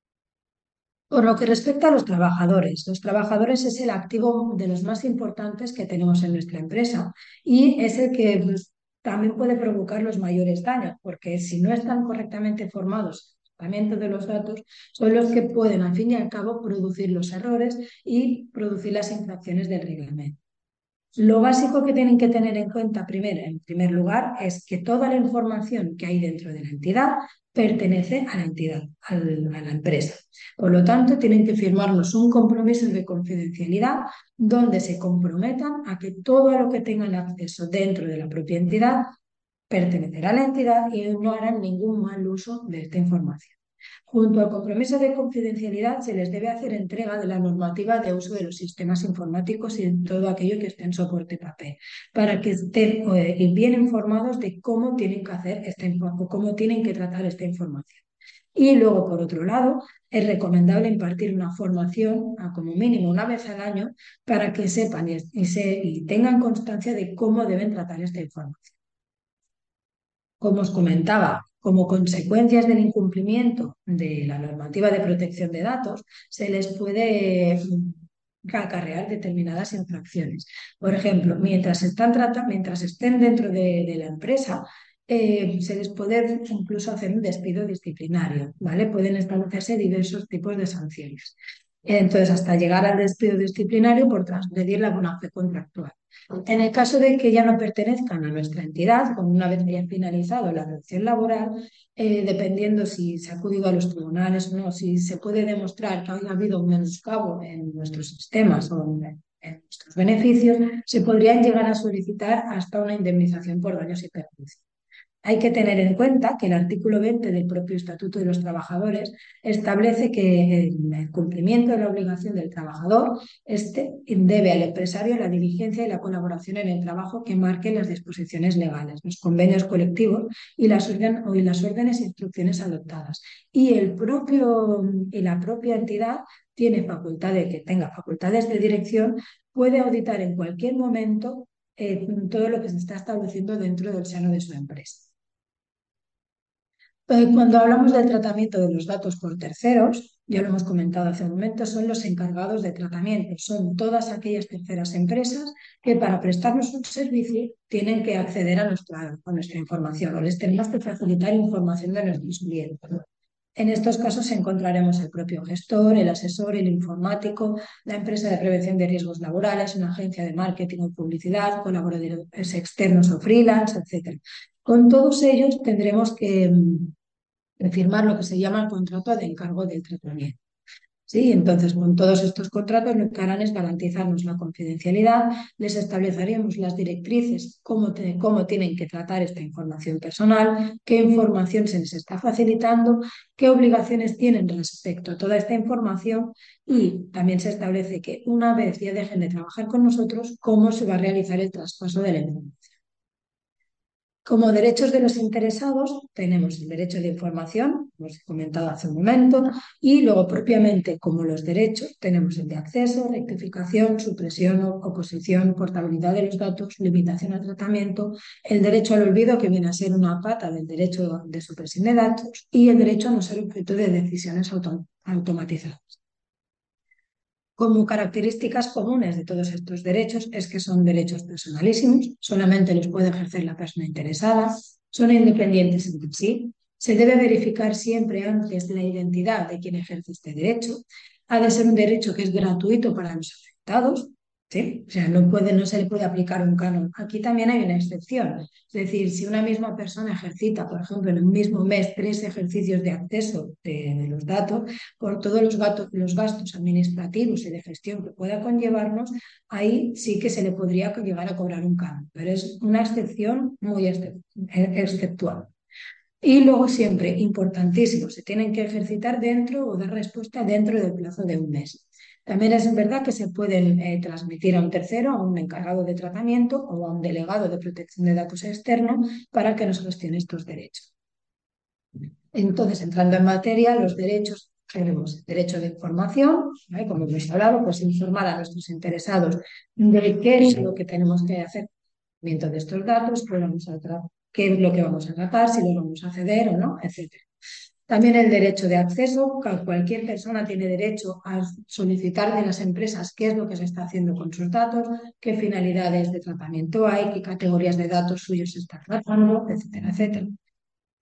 Por lo que respecta a los trabajadores, los trabajadores es el activo de los más importantes que tenemos en nuestra empresa y es el que pues, también puede provocar los mayores daños, porque si no están correctamente formados en el tratamiento de los datos, son los que pueden, al fin y al cabo, producir los errores y producir las infracciones del reglamento. Lo básico que tienen que tener en cuenta primero, en primer lugar, es que toda la información que hay dentro de la entidad pertenece a la entidad, al- a la empresa. Por lo tanto, tienen que firmarnos un compromiso de confidencialidad donde se comprometan a que todo a lo que tengan acceso dentro de la propia entidad pertenecerá a la entidad y no harán ningún mal uso de esta información. Junto al compromiso de confidencialidad, se les debe hacer entrega de la normativa de uso de los sistemas informáticos y de todo aquello que esté en soporte papel, para que estén eh, bien informados de cómo tienen que hacer esta información, cómo tienen que tratar esta información. Y luego, por otro lado, es recomendable impartir una formación, a como mínimo una vez al año, para que sepan y, y se, y tengan constancia de cómo deben tratar esta información. Como os comentaba, como consecuencias del incumplimiento de la normativa de protección de datos, se les puede mm, acarrear determinadas infracciones. Por ejemplo, mientras, están tratando, mientras estén dentro de, de la empresa, eh, se les puede incluso hacer un despido disciplinario, ¿vale? Pueden establecerse diversos tipos de sanciones. Entonces, hasta llegar al despido disciplinario por transgredir la buena fe contractual. En el caso de que ya no pertenezcan a nuestra entidad, con una vez hayan finalizado la relación laboral, eh, dependiendo si se ha acudido a los tribunales o no, si se puede demostrar que ha habido un menoscabo en nuestros sistemas o en, en nuestros beneficios, se podrían llegar a solicitar hasta una indemnización por daños y perjuicios. Hay que tener en cuenta que el artículo veinte del propio Estatuto de los Trabajadores establece que el cumplimiento de la obligación del trabajador este debe al empresario la diligencia y la colaboración en el trabajo que marquen las disposiciones legales, los convenios colectivos y las, orden, y las órdenes e instrucciones adoptadas. Y, el propio, y la propia entidad tiene facultades, que tenga facultades de dirección, puede auditar en cualquier momento eh, todo lo que se está estableciendo dentro del seno de su empresa. Cuando hablamos del tratamiento de los datos por terceros, ya lo hemos comentado hace un momento, son los encargados de tratamiento, son todas aquellas terceras empresas que para prestarnos un servicio tienen que acceder a nuestra, a nuestra información o les tenemos que facilitar información de nuestros clientes. En estos casos encontraremos el propio gestor, el asesor, el informático, la empresa de prevención de riesgos laborales, una agencia de marketing o publicidad, colaboradores externos o freelance, etcétera. Con todos ellos tendremos que firmar lo que se llama el contrato de encargo del tratamiento. ¿Sí? Entonces, con todos estos contratos lo que harán es garantizarnos la confidencialidad, les estableceremos las directrices, cómo, te, cómo tienen que tratar esta información personal, qué información se les está facilitando, qué obligaciones tienen respecto a toda esta información y también se establece que una vez ya dejen de trabajar con nosotros, cómo se va a realizar el traspaso de la información. Como derechos de los interesados tenemos el derecho de información, como os he comentado hace un momento, y luego propiamente como los derechos tenemos el de acceso, rectificación, supresión, oposición, portabilidad de los datos, limitación al tratamiento, el derecho al olvido, que viene a ser una pata del derecho de supresión de datos, y el derecho a no ser objeto de decisiones autom automatizadas. Como características comunes de todos estos derechos es que son derechos personalísimos, solamente los puede ejercer la persona interesada, son independientes entre sí, se debe verificar siempre antes la identidad de quien ejerce este derecho, ha de ser un derecho que es gratuito para los afectados, ¿sí? O sea, no, puede, no se le puede aplicar un canon. Aquí también hay una excepción, es decir, si una misma persona ejercita, por ejemplo, en un mismo mes tres ejercicios de acceso de, de los datos, por todos los, gatos, los gastos administrativos y de gestión que pueda conllevarnos, ahí sí que se le podría llegar a cobrar un canon, pero es una excepción muy exceptual. Y luego siempre, importantísimo, se tienen que ejercitar dentro o dar respuesta dentro del plazo de un mes. También es verdad que se pueden eh, transmitir a un tercero, a un encargado de tratamiento o a un delegado de protección de datos externo para que nos gestione estos derechos. Entonces, entrando en materia, los derechos, tenemos el derecho de información, ¿vale? Como hemos hablado, pues informar a nuestros interesados de qué es lo que tenemos que hacer de estos datos, qué, vamos a qué es lo que vamos a tratar, si los vamos a ceder o no, etcétera. También el derecho de acceso, que cualquier persona tiene derecho a solicitar de las empresas qué es lo que se está haciendo con sus datos, qué finalidades de tratamiento hay, qué categorías de datos suyos se están tratando, etcétera, etcétera.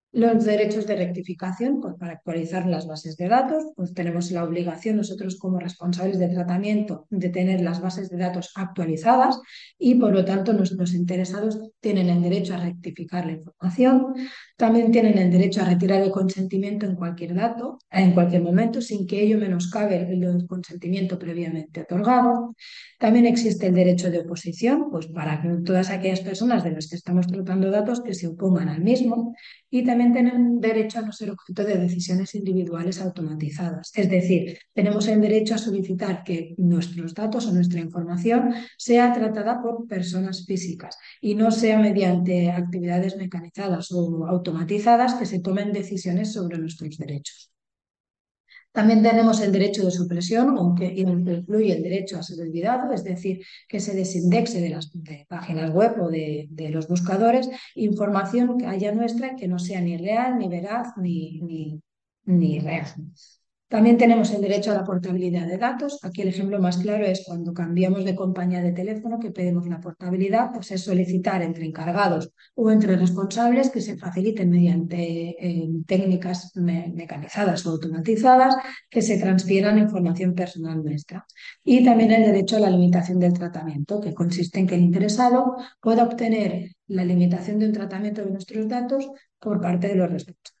Los derechos de rectificación, pues para actualizar las bases de datos, pues tenemos la obligación nosotros como responsables de tratamiento de tener las bases de datos actualizadas y por lo tanto nuestros interesados tienen el derecho a rectificar la información. También tienen el derecho a retirar el consentimiento en cualquier dato, en cualquier momento, sin que ello menoscabe el consentimiento previamente otorgado. También existe el derecho de oposición, pues para todas aquellas personas de las que estamos tratando datos que se opongan al mismo. Y también tienen derecho a no ser objeto de decisiones individuales automatizadas. Es decir, tenemos el derecho a solicitar que nuestros datos o nuestra información sea tratada por personas físicas y no sea mediante actividades mecanizadas o automatizadas que se tomen decisiones sobre nuestros derechos. También tenemos el derecho de supresión, aunque incluye el derecho a ser olvidado, es decir, que se desindexe de las de páginas web o de, de, los buscadores información que haya nuestra que no sea ni real, ni veraz, ni, ni, ni real. También tenemos el derecho a la portabilidad de datos. Aquí el ejemplo más claro es cuando cambiamos de compañía de teléfono que pedimos la portabilidad, pues es solicitar entre encargados o entre responsables que se faciliten mediante eh, técnicas me mecanizadas o automatizadas que se transfieran información personal nuestra. Y también el derecho a la limitación del tratamiento, que consiste en que el interesado pueda obtener la limitación de un tratamiento de nuestros datos por parte de los responsables.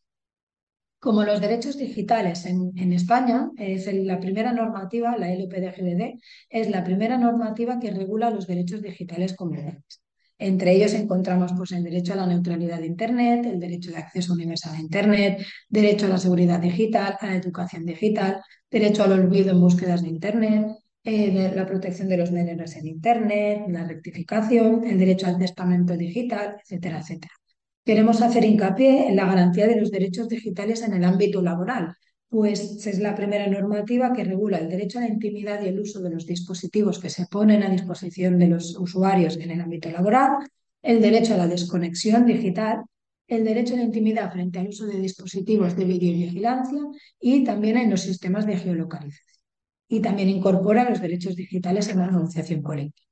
Como los derechos digitales en, en España, es el, la primera normativa, la L P D G D D, es la primera normativa que regula los derechos digitales comunales. Entre ellos encontramos pues, el derecho a la neutralidad de Internet, el derecho de acceso universal a Internet, derecho a la seguridad digital, a la educación digital, derecho al olvido en búsquedas de Internet, eh, la protección de los menores en Internet, la rectificación, el derecho al testamento digital, etcétera, etcétera. Queremos hacer hincapié en la garantía de los derechos digitales en el ámbito laboral, pues es la primera normativa que regula el derecho a la intimidad y el uso de los dispositivos que se ponen a disposición de los usuarios en el ámbito laboral, el derecho a la desconexión digital, el derecho a la intimidad frente al uso de dispositivos de videovigilancia y también en los sistemas de geolocalización. Y también incorpora los derechos digitales en la negociación colectiva.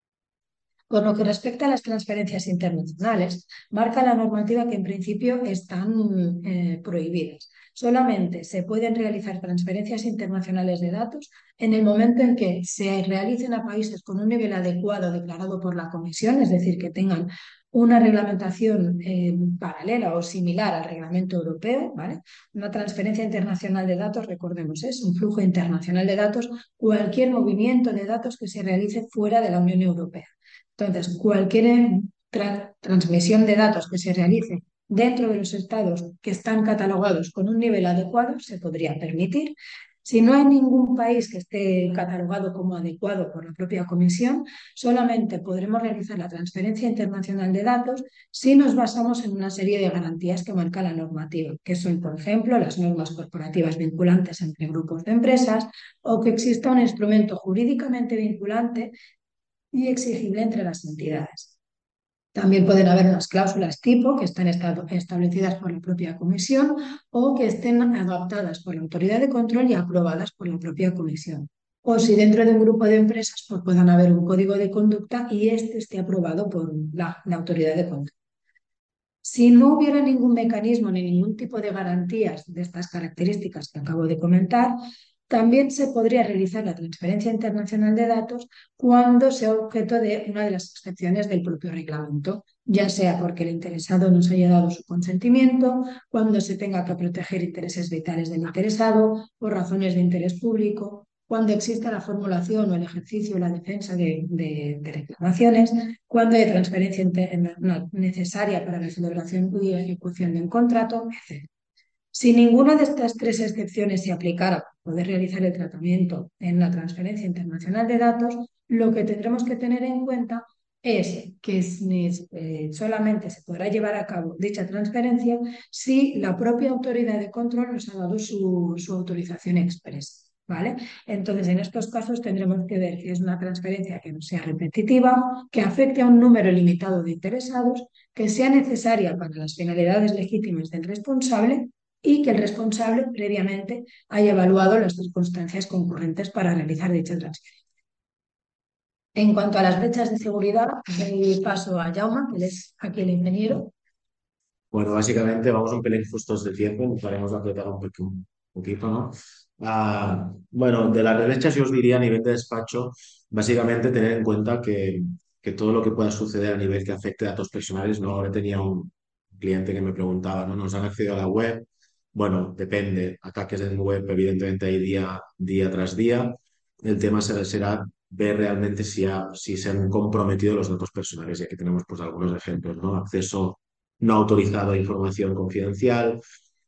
Por lo que respecta a las transferencias internacionales, marca la normativa que en principio están eh, prohibidas. Solamente se pueden realizar transferencias internacionales de datos en el momento en que se realicen a países con un nivel adecuado declarado por la Comisión, es decir, que tengan una reglamentación eh, paralela o similar al reglamento europeo, ¿vale? Una transferencia internacional de datos, recordemos, es un flujo internacional de datos, cualquier movimiento de datos que se realice fuera de la Unión Europea. Entonces, cualquier tra transmisión de datos que se realice dentro de los estados que están catalogados con un nivel adecuado se podría permitir. Si no hay ningún país que esté catalogado como adecuado por la propia Comisión, solamente podremos realizar la transferencia internacional de datos si nos basamos en una serie de garantías que marca la normativa, que son, por ejemplo, las normas corporativas vinculantes entre grupos de empresas o que exista un instrumento jurídicamente vinculante y exigible entre las entidades. También pueden haber unas cláusulas tipo que están establecidas por la propia Comisión o que estén adaptadas por la autoridad de control y aprobadas por la propia Comisión. O si dentro de un grupo de empresas pues puedan haber un código de conducta y este esté aprobado por la, la autoridad de control. Si no hubiera ningún mecanismo ni ningún tipo de garantías de estas características que acabo de comentar, también se podría realizar la transferencia internacional de datos cuando sea objeto de una de las excepciones del propio reglamento, ya sea porque el interesado nos haya dado su consentimiento, cuando se tenga que proteger intereses vitales del interesado, por razones de interés público, cuando exista la formulación o el ejercicio o la defensa de, de, de reclamaciones, cuando hay transferencia necesaria para la celebración y ejecución de un contrato, etcétera. Si ninguna de estas tres excepciones se aplicara para poder realizar el tratamiento en la transferencia internacional de datos, lo que tendremos que tener en cuenta es que eh, solamente se podrá llevar a cabo dicha transferencia si la propia autoridad de control nos ha dado su, su autorización expresa. ¿Vale? Entonces, en estos casos tendremos que ver que es una transferencia que no sea repetitiva, que afecte a un número limitado de interesados, que sea necesaria para las finalidades legítimas del responsable y que el responsable previamente haya evaluado las circunstancias concurrentes para realizar dicha transferencia. En cuanto a las brechas de seguridad, doy paso a Jaume, que es aquí el ingeniero. Bueno, básicamente vamos un pelín justos de tiempo, intentaremos apretar un, poqu- un poquito, ¿no? Ah, bueno, de las derechas yo os diría a nivel de despacho, básicamente tener en cuenta que, que todo lo que pueda suceder a nivel que afecte a datos personales, ¿no? Ahora tenía un cliente que me preguntaba, ¿no? ¿Nos han accedido a la web? Bueno, depende. Ataques en web, evidentemente, hay día, día tras día. El tema será, será ver realmente si, ha- si se han comprometido los datos personales. Y aquí tenemos pues algunos ejemplos, ¿no? Acceso no autorizado a información confidencial,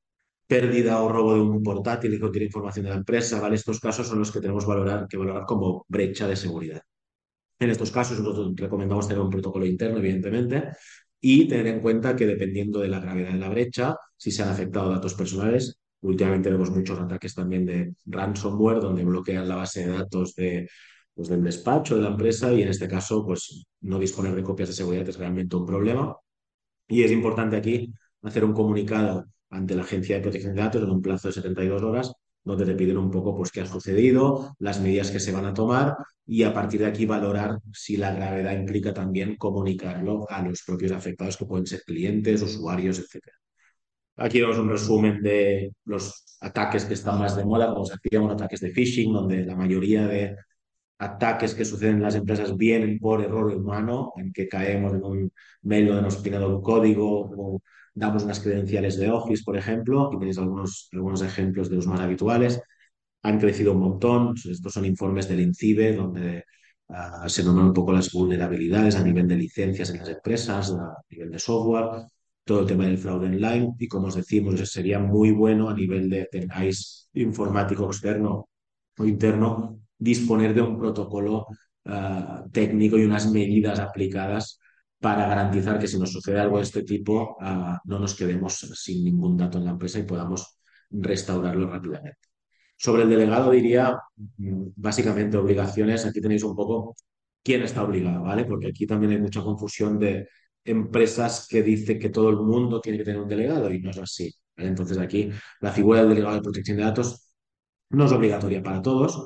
pérdida o robo de un portátil que contiene información de la empresa, ¿vale? Estos casos son los que tenemos valorar, que valorar como brecha de seguridad. En estos casos, nosotros recomendamos tener un protocolo interno, evidentemente, y tener en cuenta que dependiendo de la gravedad de la brecha, si se han afectado datos personales, últimamente vemos muchos ataques también de ransomware, donde bloquean la base de datos de, pues, del despacho de la empresa y en este caso, pues no disponer de copias de seguridad es realmente un problema. Y es importante aquí hacer un comunicado ante la Agencia de Protección de Datos en un plazo de setenta y dos horas, donde te piden un poco pues, qué ha sucedido, las medidas que se van a tomar y a partir de aquí valorar si la gravedad implica también comunicarlo a los propios afectados, que pueden ser clientes, usuarios, etcétera. Aquí vemos un resumen de los ataques que están más de moda, como se hacían ataques de phishing, donde la mayoría de ataques que suceden en las empresas vienen por error humano, en que caemos en un mail donde nos piden un código o damos unas credenciales de Office, por ejemplo. Aquí tenéis algunos, algunos ejemplos de los más habituales. Han crecido un montón. Estos son informes del INCIBE, donde uh, se nombran un poco las vulnerabilidades a nivel de licencias en las empresas, a nivel de software, todo el tema del fraude online. Y como os decimos, eso sería muy bueno a nivel de tengáis informático externo o interno, disponer de un protocolo uh, técnico y unas medidas aplicadas para garantizar que si nos sucede algo de este tipo, uh, no nos quedemos sin ningún dato en la empresa y podamos restaurarlo rápidamente. Sobre el delegado diría, mm, básicamente, obligaciones. Aquí tenéis un poco quién está obligado, ¿vale? Porque aquí también hay mucha confusión de empresas que dicen que todo el mundo tiene que tener un delegado y no es así, ¿vale? Entonces aquí la figura del delegado de protección de datos no es obligatoria para todos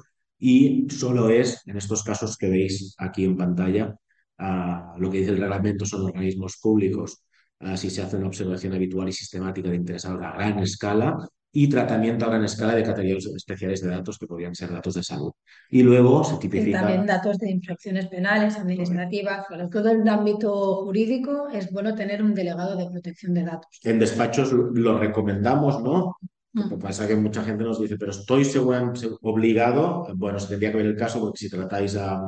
y solo es en estos casos que veis aquí en pantalla. Uh, lo que dice el reglamento son organismos públicos, uh, si se hace una observación habitual y sistemática de interesados a gran escala y tratamiento a gran escala de categorías especiales de datos que podrían ser datos de salud. Y luego se Y tipifica. también datos de infracciones penales, administrativas, para todo el ámbito jurídico es bueno tener un delegado de protección de datos. En despachos lo recomendamos, ¿no? Lo que Mm. pasa es que mucha gente nos dice, pero estoy seguramente obligado. Bueno, se tendría que ver el caso porque si tratáis a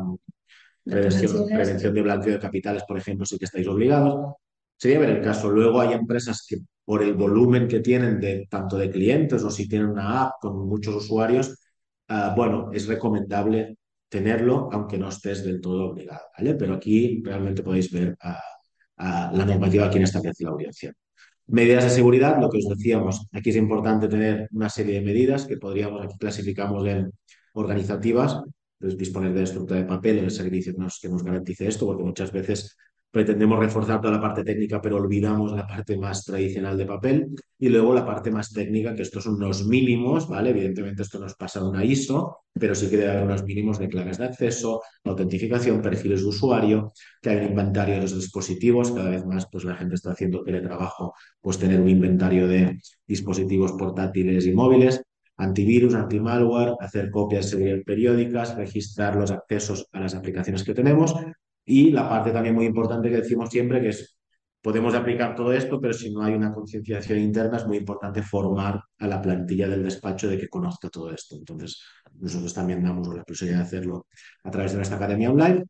De prevención, posesiones. prevención de blanqueo de capitales, por ejemplo, sí que estáis obligados. Sería ver el caso. Luego hay empresas que por el volumen que tienen de tanto de clientes o si tienen una app con muchos usuarios, uh, bueno, es recomendable tenerlo, aunque no estés del todo obligado, ¿vale? Pero aquí realmente podéis ver uh, uh, la normativa quién establece la obligación. Medidas de seguridad, lo que os decíamos, aquí es importante tener una serie de medidas que podríamos, aquí clasificamos en organizativas, pues disponer de estructura de papel, el servicio que nos, que nos garantice esto, porque muchas veces pretendemos reforzar toda la parte técnica, pero olvidamos la parte más tradicional de papel. Y luego la parte más técnica, que estos son unos mínimos, ¿vale? Evidentemente esto nos pasa una I S O, pero sí que debe haber unos mínimos de claves de acceso, autentificación, perfiles de usuario, que hay un inventario de los dispositivos. Cada vez más pues la gente está haciendo teletrabajo, pues tener un inventario de dispositivos portátiles y móviles, antivirus, antimalware, hacer copias de seguridad periódicas, registrar los accesos a las aplicaciones que tenemos y la parte también muy importante que decimos siempre que es podemos aplicar todo esto, pero si no hay una concienciación interna es muy importante formar a la plantilla del despacho de que conozca todo esto. Entonces, nosotros también damos la posibilidad de hacerlo a través de nuestra academia online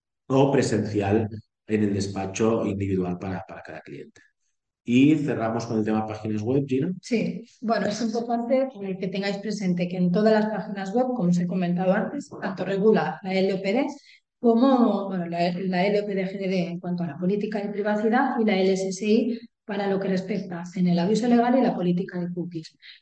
o presencial en el despacho individual para, para cada cliente. Y cerramos con el tema páginas web, Gina. Sí, bueno, es importante eh, que tengáis presente que en todas las páginas web, como os he comentado antes, tanto regula la L O P D como bueno, la, la L O P D G D en cuanto a la política de privacidad y la L S S I para lo que respecta en el aviso legal y la política de cookies.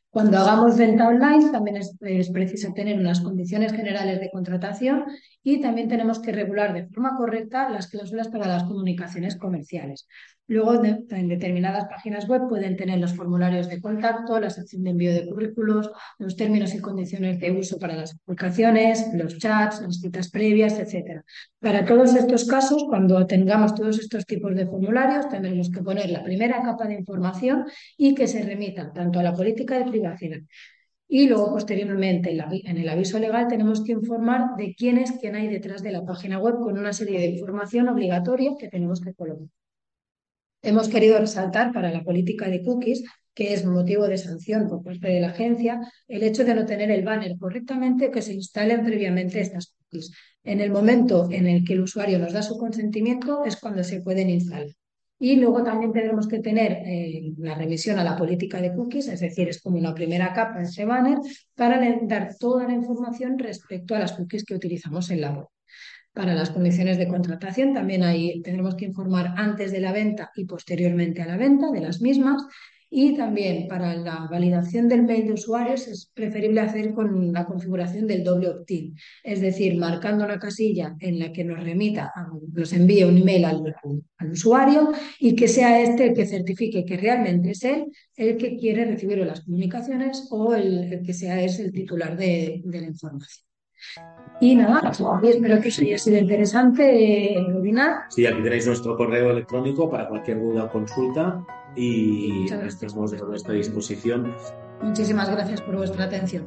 Cuando hagamos venta online también es, es preciso tener unas condiciones generales de contratación y también tenemos que regular de forma correcta las cláusulas para las comunicaciones comerciales. Luego, de, en determinadas páginas web pueden tener los formularios de contacto, la sección de envío de currículos, los términos y condiciones de uso para las aplicaciones, los chats, las citas previas, etcétera. Para todos estos casos, cuando tengamos todos estos tipos de formularios, tendremos que poner la primera capa de información y que se remita tanto a la política de privacidad. Y luego, posteriormente, en el aviso legal tenemos que informar de quién es quién hay detrás de la página web con una serie de información obligatoria que tenemos que colocar. Hemos querido resaltar para la política de cookies, que es motivo de sanción por parte de la agencia, el hecho de no tener el banner correctamente o que se instalen previamente estas cookies. En el momento en el que el usuario nos da su consentimiento es cuando se pueden instalar. Y luego también tendremos que tener eh, la revisión a la política de cookies, es decir, es como una primera capa en ese banner para dar toda la información respecto a las cookies que utilizamos en la web. Para las condiciones de contratación también ahí tendremos que informar antes de la venta y posteriormente a la venta de las mismas. Y también para la validación del mail de usuarios es preferible hacer con la configuración del doble opt-in, es decir, marcando una casilla en la que nos remita, nos envíe un email al, al usuario y que sea este el que certifique que realmente es él el que quiere recibir las comunicaciones o el, el que sea es el titular de, de la información. Y nada, espero que os haya sido interesante, eh, Opinar. Sí, aquí tenéis nuestro correo electrónico para cualquier duda o consulta y estamos a vuestra disposición. Muchísimas gracias por vuestra atención.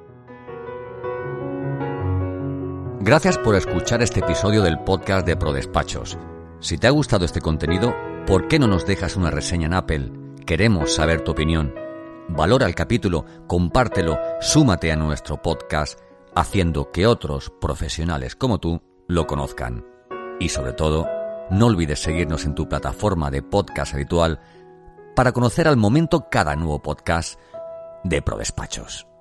Gracias por escuchar este episodio del podcast de ProDespachos. Si te ha gustado este contenido, ¿por qué no nos dejas una reseña en Apple? Queremos saber tu opinión. Valora el capítulo, compártelo, súmate a nuestro podcast, haciendo que otros profesionales como tú lo conozcan. Y sobre todo, no olvides seguirnos en tu plataforma de podcast habitual para conocer al momento cada nuevo podcast de ProDespachos.